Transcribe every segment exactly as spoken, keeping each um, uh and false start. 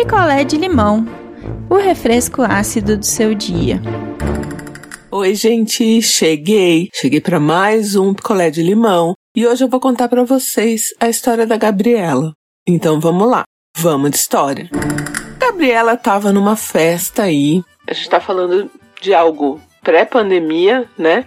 picolé de limão, o refresco ácido do seu dia. Oi, gente, cheguei. Cheguei para mais um picolé de limão e hoje eu vou contar para vocês a história da Gabriela. Então vamos lá, vamos de história. Gabriela estava numa festa aí, a gente tá falando de algo pré-pandemia, né?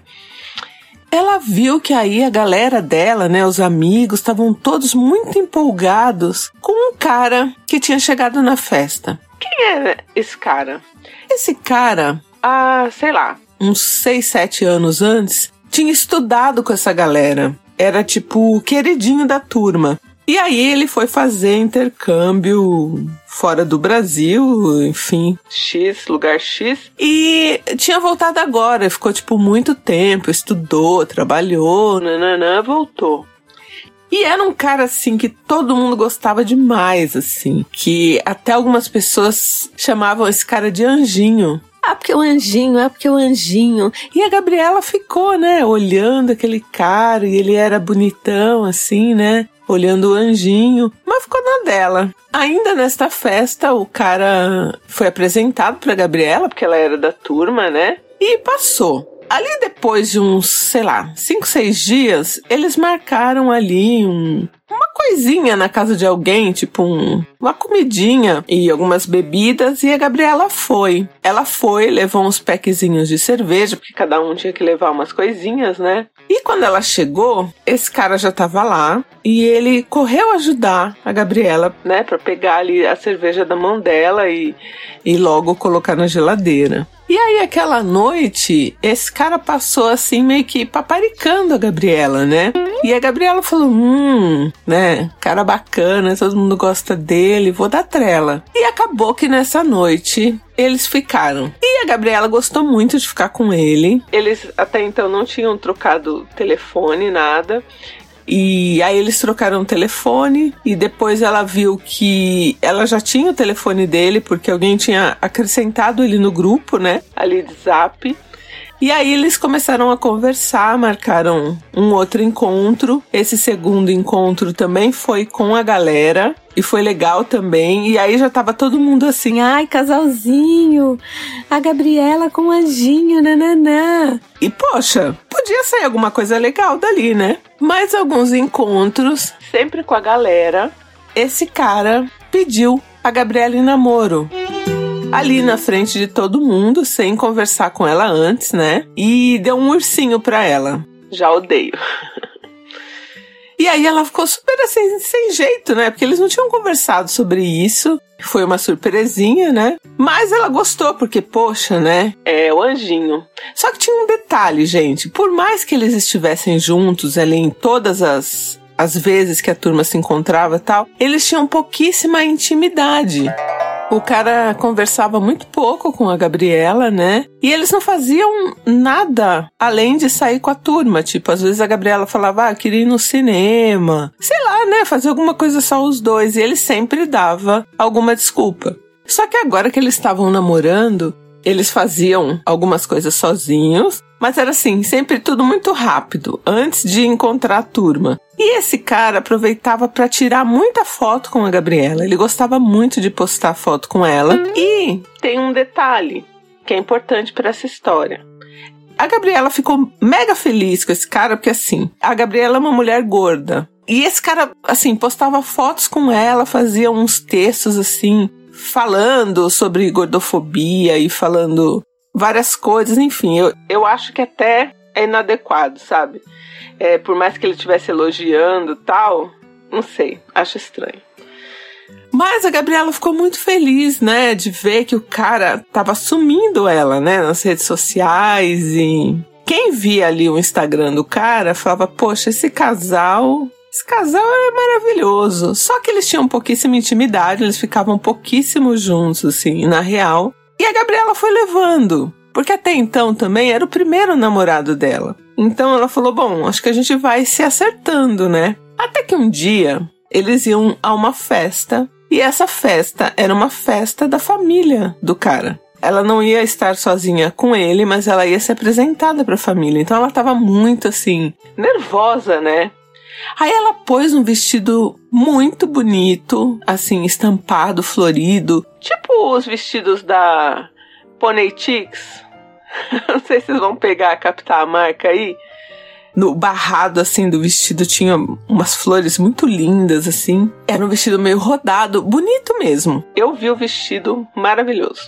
Ela viu que aí a galera dela, né, os amigos, estavam todos muito empolgados com um cara que tinha chegado na festa. Quem era esse cara? Esse cara, ah, sei lá, uns seis, sete anos antes, tinha estudado com essa galera. Era tipo o queridinho da turma. E aí ele foi fazer intercâmbio fora do Brasil, enfim, X, lugar X. E tinha voltado agora, ficou tipo muito tempo, estudou, trabalhou, nananã, voltou. E era um cara, assim, que todo mundo gostava demais, assim. Que até algumas pessoas chamavam esse cara de anjinho. Ah, porque o anjinho, é porque o anjinho. E a Gabriela ficou, né, olhando aquele cara, e ele era bonitão, assim, né, olhando o anjinho, mas ficou na dela. Ainda nesta festa, o cara foi apresentado pra Gabriela, porque ela era da turma, né, e passou. Ali depois de uns, sei lá, cinco, seis dias, eles marcaram ali um, uma coisinha na casa de alguém, tipo um, uma comidinha e algumas bebidas, e a Gabriela foi. Ela foi, levou uns packzinhos de cerveja, porque cada um tinha que levar umas coisinhas, né? E quando ela chegou, esse cara já tava lá e ele correu ajudar a Gabriela, né, pra pegar ali a cerveja da mão dela e, e logo colocar na geladeira. E aí, aquela noite, esse cara passou assim, meio que paparicando a Gabriela, né? E a Gabriela falou, hum, né, cara bacana, todo mundo gosta dele, vou dar trela. E acabou que nessa noite eles ficaram. E a Gabriela gostou muito de ficar com ele. Eles até então não tinham trocado telefone, nada. E aí eles trocaram o telefone e depois ela viu que ela já tinha o telefone dele porque alguém tinha acrescentado ele no grupo, né, ali de Zap. E aí eles começaram a conversar, marcaram um outro encontro. Esse segundo encontro também foi com a galera e foi legal também. E aí já tava todo mundo assim, ai, casalzinho, a Gabriela com o anjinho, nananã. E poxa, podia sair alguma coisa legal dali, né? Mais alguns encontros, sempre com a galera. Esse cara pediu a Gabriela em namoro. Ali na frente de todo mundo, sem conversar com ela antes, né? E deu um ursinho pra ela. Já odeio. E aí ela ficou super assim, sem jeito, né? Porque eles não tinham conversado sobre isso. Foi uma surpresinha, né? Mas ela gostou, porque, poxa, né? É o anjinho. Só que tinha um detalhe, gente. Por mais que eles estivessem juntos ali em todas as, as vezes que a turma se encontrava e tal, eles tinham pouquíssima intimidade. O cara conversava muito pouco com a Gabriela, né? E eles não faziam nada além de sair com a turma. Tipo, às vezes a Gabriela falava, ah, eu queria ir no cinema. Sei lá, né? Fazer alguma coisa só os dois. E ele sempre dava alguma desculpa. Só que agora que eles estavam namorando, eles faziam algumas coisas sozinhos. Mas era assim, sempre tudo muito rápido, antes de encontrar a turma. E esse cara aproveitava para tirar muita foto com a Gabriela. Ele gostava muito de postar foto com ela. E tem um detalhe que é importante para essa história. A Gabriela ficou mega feliz com esse cara, porque assim, a Gabriela é uma mulher gorda. E esse cara, assim, postava fotos com ela, fazia uns textos, assim, falando sobre gordofobia e falando várias coisas, enfim, eu, eu acho que até é inadequado, sabe? É, por mais que ele estivesse elogiando e tal, não sei, acho estranho. Mas a Gabriela ficou muito feliz, né, de ver que o cara tava assumindo ela, né, nas redes sociais e quem via ali o Instagram do cara falava, poxa, esse casal... Esse casal é maravilhoso. Só que eles tinham pouquíssima intimidade, eles ficavam pouquíssimo juntos, assim, na real. E a Gabriela foi levando, porque até então também era o primeiro namorado dela. Então ela falou, bom, acho que a gente vai se acertando, né? Até que um dia eles iam a uma festa, e essa festa era uma festa da família do cara. Ela não ia estar sozinha com ele, mas ela ia ser apresentada para a família. Então ela estava muito, assim, nervosa, né? Aí ela pôs um vestido muito bonito, assim, estampado, florido, tipo os vestidos da Pony Chicks. Não sei se vocês vão pegar, captar a marca aí. No barrado, assim, do vestido tinha umas flores muito lindas, assim. Era um vestido meio rodado, bonito mesmo. Eu vi o vestido maravilhoso.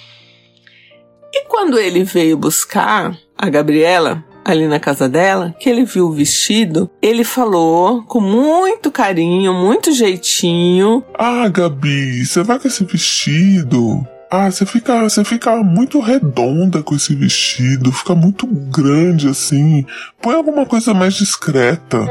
E quando ele veio buscar a Gabriela ali na casa dela, que ele viu o vestido, ele falou com muito carinho, muito jeitinho: Ah, Gabi, você vai com esse vestido? Ah, você fica, você fica muito redonda com esse vestido, fica muito grande assim. Põe alguma coisa mais discreta.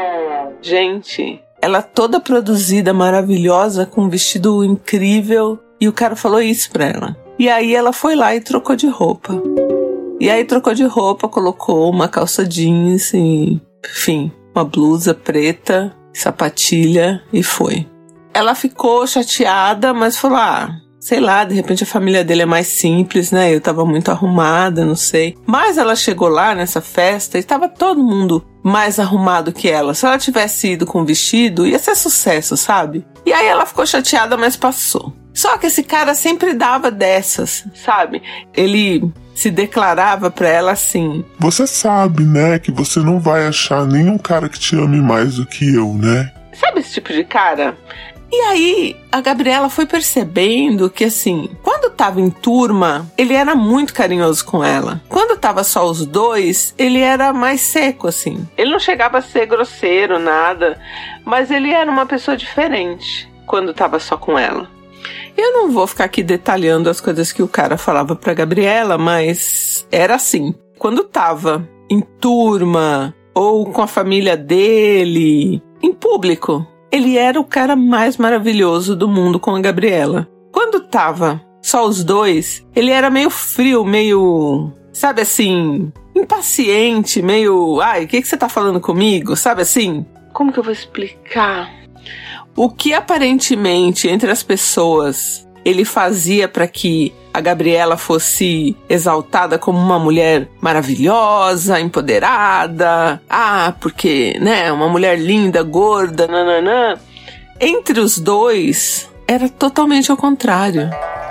Gente, ela toda produzida, maravilhosa, com um vestido incrível, e o cara falou isso pra ela. E aí ela foi lá e trocou de roupa. E aí trocou de roupa, colocou uma calça jeans e, enfim, uma blusa preta, sapatilha e foi. Ela ficou chateada, mas falou: ah, sei lá, de repente a família dele é mais simples, né? Eu tava muito arrumada, não sei. Mas ela chegou lá nessa festa e tava todo mundo mais arrumado que ela. Se ela tivesse ido com vestido, ia ser sucesso, sabe? E aí ela ficou chateada, mas passou. Só que esse cara sempre dava dessas, sabe? Ele se declarava pra ela assim: Você sabe, né, que você não vai achar nenhum cara que te ame mais do que eu, né? Sabe esse tipo de cara? E aí, a Gabriela foi percebendo que, assim, quando tava em turma, ele era muito carinhoso com ela. Quando tava só os dois, ele era mais seco, assim. Ele não chegava a ser grosseiro, nada, mas ele era uma pessoa diferente quando tava só com ela. Eu não vou ficar aqui detalhando as coisas que o cara falava pra Gabriela, mas era assim. Quando tava em turma ou com a família dele, em público, ele era o cara mais maravilhoso do mundo com a Gabriela. Quando tava só os dois, ele era meio frio, meio, sabe assim, impaciente, meio, ai, o que, que você tá falando comigo? Sabe assim? Como que eu vou explicar? O que aparentemente entre as pessoas ele fazia para que a Gabriela fosse exaltada como uma mulher maravilhosa, empoderada, ah, porque, né, uma mulher linda, gorda, nananã. Entre os dois, era totalmente ao contrário.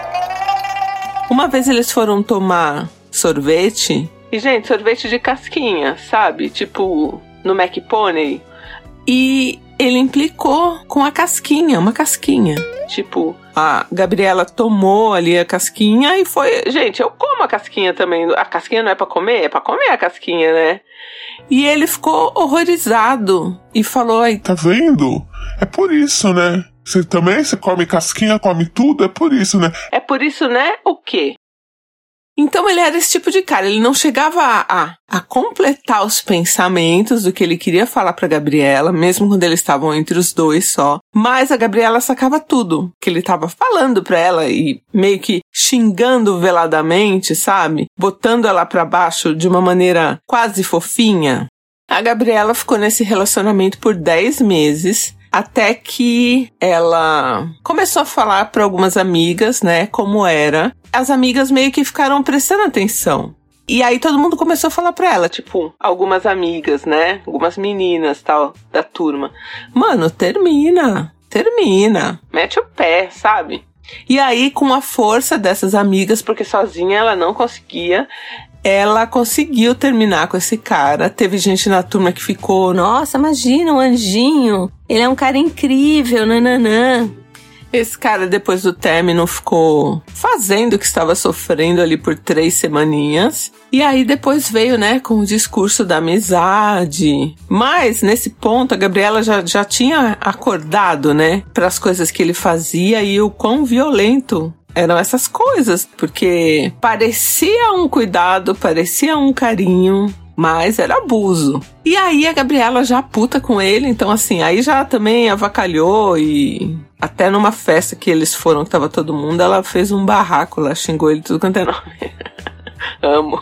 Uma vez eles foram tomar sorvete, e, gente, sorvete de casquinha, sabe? Tipo, no McPony. E ele implicou com a casquinha, uma casquinha. Tipo, a Gabriela tomou ali a casquinha e foi... Gente, eu como a casquinha também. A casquinha não é pra comer? É pra comer a casquinha, né? E ele ficou horrorizado e falou... Ai, tá vendo? É por isso, né? Você também, você come casquinha, come tudo, é por isso, né? É por isso, né? O quê? Então ele era esse tipo de cara, ele não chegava a, a, a completar os pensamentos do que ele queria falar pra Gabriela, mesmo quando eles estavam entre os dois só, mas a Gabriela sacava tudo que ele tava falando pra ela e meio que xingando veladamente, sabe? Botando ela pra baixo de uma maneira quase fofinha. A Gabriela ficou nesse relacionamento por dez meses, até que ela começou a falar para algumas amigas, né, como era. As amigas meio que ficaram prestando atenção. E aí todo mundo começou a falar pra ela, tipo, algumas amigas, né, algumas meninas, tal, da turma. Mano, termina, termina, mete o pé, sabe? E aí, com a força dessas amigas, porque sozinha ela não conseguia... Ela conseguiu terminar com esse cara. Teve gente na turma que ficou... Nossa, imagina, um anjinho. Ele é um cara incrível, nananã. Esse cara, depois do término, ficou fazendo o que estava sofrendo ali por três semaninhas. E aí depois veio, né, com o discurso da amizade. Mas, nesse ponto, a Gabriela já, já tinha acordado, né, para as coisas que ele fazia e o quão violento eram essas coisas, porque parecia um cuidado, parecia um carinho, mas era abuso. E aí a Gabriela já puta com ele, então assim, aí já também avacalhou e até numa festa que eles foram, que tava todo mundo, ela fez um barraco lá, xingou ele tudo quanto é nome. Amo.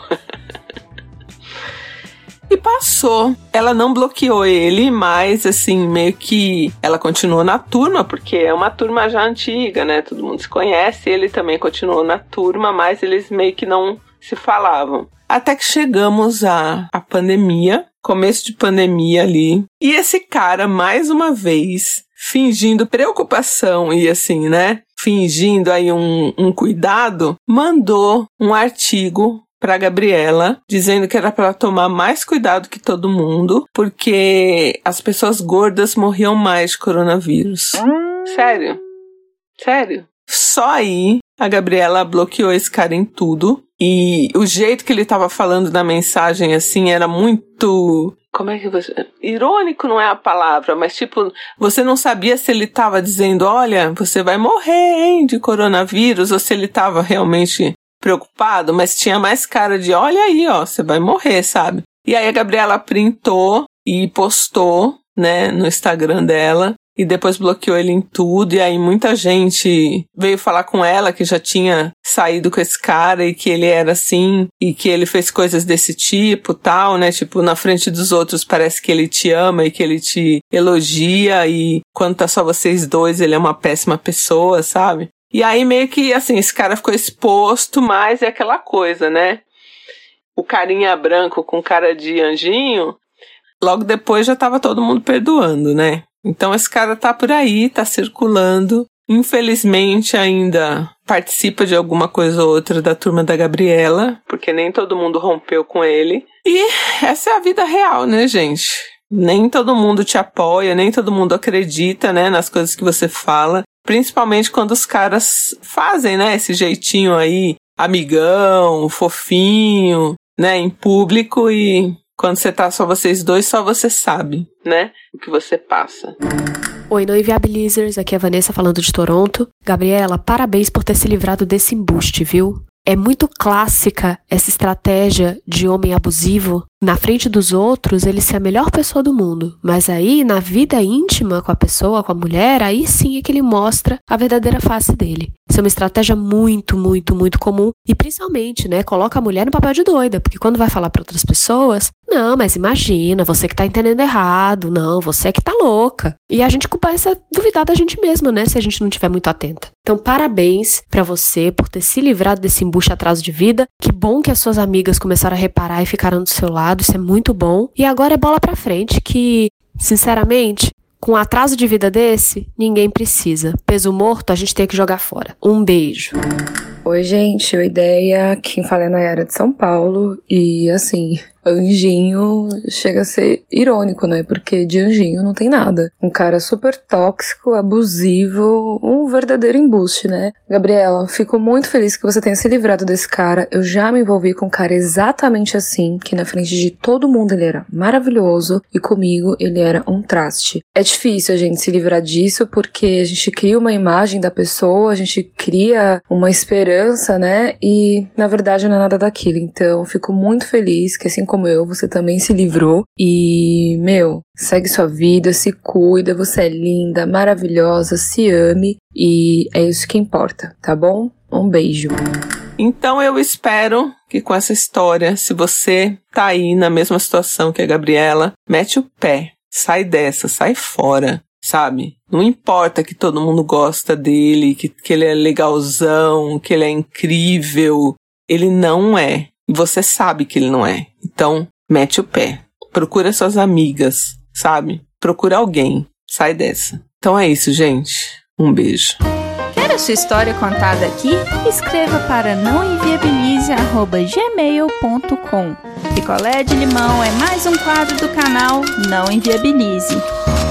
E passou. Ela não bloqueou ele, mas assim, meio que ela continuou na turma, porque é uma turma já antiga, né? Todo mundo se conhece. Ele também continuou na turma, mas eles meio que não se falavam. Até que chegamos à, à pandemia. começo de pandemia ali. E esse cara, mais uma vez, fingindo preocupação e assim, né? Fingindo aí um, um cuidado, mandou um artigo para Gabriela, dizendo que era para ela tomar mais cuidado que todo mundo, porque as pessoas gordas morriam mais de coronavírus. Sério? Sério? Só aí a Gabriela bloqueou esse cara em tudo. E o jeito que ele tava falando na mensagem, assim, era muito... Como é que você... Irônico não é a palavra, mas tipo, você não sabia se ele tava dizendo, olha, você vai morrer, hein, de coronavírus, ou se ele tava realmente preocupado, mas tinha mais cara de, olha aí, ó, você vai morrer, sabe? E aí a Gabriela printou e postou, né, no Instagram dela, e depois bloqueou ele em tudo, e aí muita gente veio falar com ela que já tinha saído com esse cara e que ele era assim, e que ele fez coisas desse tipo, tal, né, tipo, na frente dos outros parece que ele te ama e que ele te elogia, e quando tá só vocês dois ele é uma péssima pessoa, sabe? E aí meio que, assim, esse cara ficou exposto, mas é aquela coisa, né? O carinha branco com cara de anjinho, logo depois já tava todo mundo perdoando, né? Então esse cara tá por aí, tá circulando. Infelizmente ainda participa de alguma coisa ou outra da turma da Gabriela, porque nem todo mundo rompeu com ele. E essa é a vida real, né, gente? Nem todo mundo te apoia, nem todo mundo acredita, né, nas coisas que você fala. Principalmente quando os caras fazem, né, esse jeitinho aí, amigão, fofinho, né, em público, e quando você tá só vocês dois, só você sabe, né, o que você passa. Oi, Não Inviabilizers, aqui é a Vanessa falando de Toronto. Gabriela, parabéns por ter se livrado desse embuste, viu? É muito clássica essa estratégia de homem abusivo. Na frente dos outros, ele ser a melhor pessoa do mundo. Mas aí, na vida íntima com a pessoa, com a mulher, aí sim é que ele mostra a verdadeira face dele. Isso é uma estratégia muito, muito, muito comum. E principalmente, né, coloca a mulher no papel de doida. Porque quando vai falar para outras pessoas, não, mas imagina, você que tá entendendo errado. Não, você que tá louca. E a gente começa a duvidar da gente mesma, né, se a gente não estiver muito atenta. Então, parabéns pra você por ter se livrado desse embuste atraso de vida. Que bom que as suas amigas começaram a reparar e ficaram do seu lado. Isso é muito bom. E agora é bola pra frente, que, sinceramente, com um atraso de vida desse, ninguém precisa. Peso morto, a gente tem que jogar fora. Um beijo. Oi, gente. Oi, Ideia. Quem fala é Nayara de São Paulo. E, assim, anjinho chega a ser irônico, né? Porque de anjinho não tem nada. Um cara super tóxico, abusivo, um verdadeiro embuste, né? Gabriela, fico muito feliz que você tenha se livrado desse cara. Eu já me envolvi com um cara exatamente assim, que na frente de todo mundo ele era maravilhoso e comigo ele era um traste. É difícil a gente se livrar disso porque a gente cria uma imagem da pessoa, a gente cria uma esperança, né? E na verdade não é nada daquilo. Então, fico muito feliz que, assim como eu, você também se livrou. E, meu, segue sua vida, se cuida, você é linda, maravilhosa, se ame. E é isso que importa, tá bom? Um beijo. Então eu espero que com essa história, se você tá aí na mesma situação que a Gabriela, mete o pé, sai dessa, sai fora, sabe? Não importa que todo mundo gosta dele, que, que ele é legalzão, que ele é incrível. Ele não é. E você sabe que ele não é. Então, mete o pé. Procura suas amigas, sabe? Procura alguém. Sai dessa. Então é isso, gente. Um beijo. Quer a sua história contada aqui? Escreva para não inviabilize arroba gmail ponto com. Picolé de Limão é mais um quadro do canal Não Inviabilize.